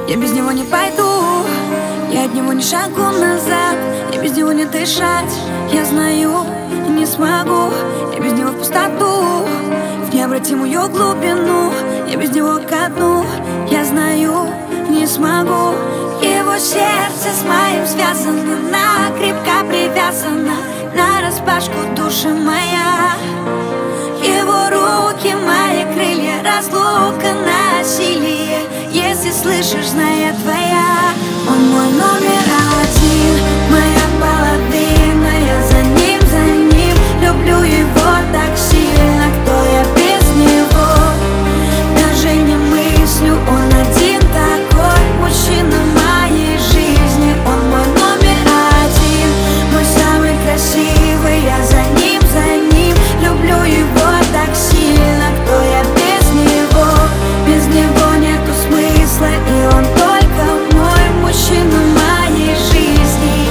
Я без него не пойду, я от него ни шагу назад. Я без него не дышать, я знаю, не смогу. Я без него в пустоту, в необратимую глубину. Я без него ко дну, я знаю, не смогу. Его сердце с моим связано, накрепко привязано, нараспашку душа моя. Его руки, мои крылья, разлука, насилие. Если слышишь, знай, я твоя. Он мой номер один, моя половина. Я за ним, люблю его так сильно. Кто я без него? Даже не мыслю, он один такой мужчина моей жизни. Он мой номер один, мой самый красивый. Я за ним, люблю его так сильно. Кто я без него? Без него нету смысла, и он только мой мужчина моей жизни.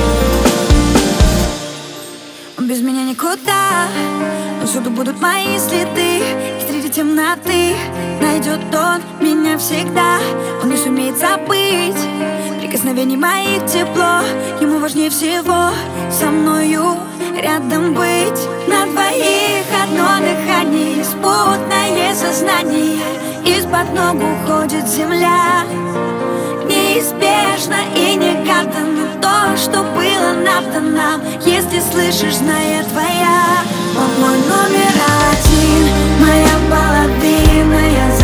Он без меня никуда, но всюду будут мои следы. И среди темноты найдет он меня всегда. Он не сумеет забыть прикосновений моих тепло. Ему важнее всего со мною рядом быть. На двоих одно дыхание, спутное сознание. Из-под ног уходит земля. Неизбежно и негаданно то, что было надо нам. Если слышишь, знай, я твоя. Он мой номер один, моя половина. Я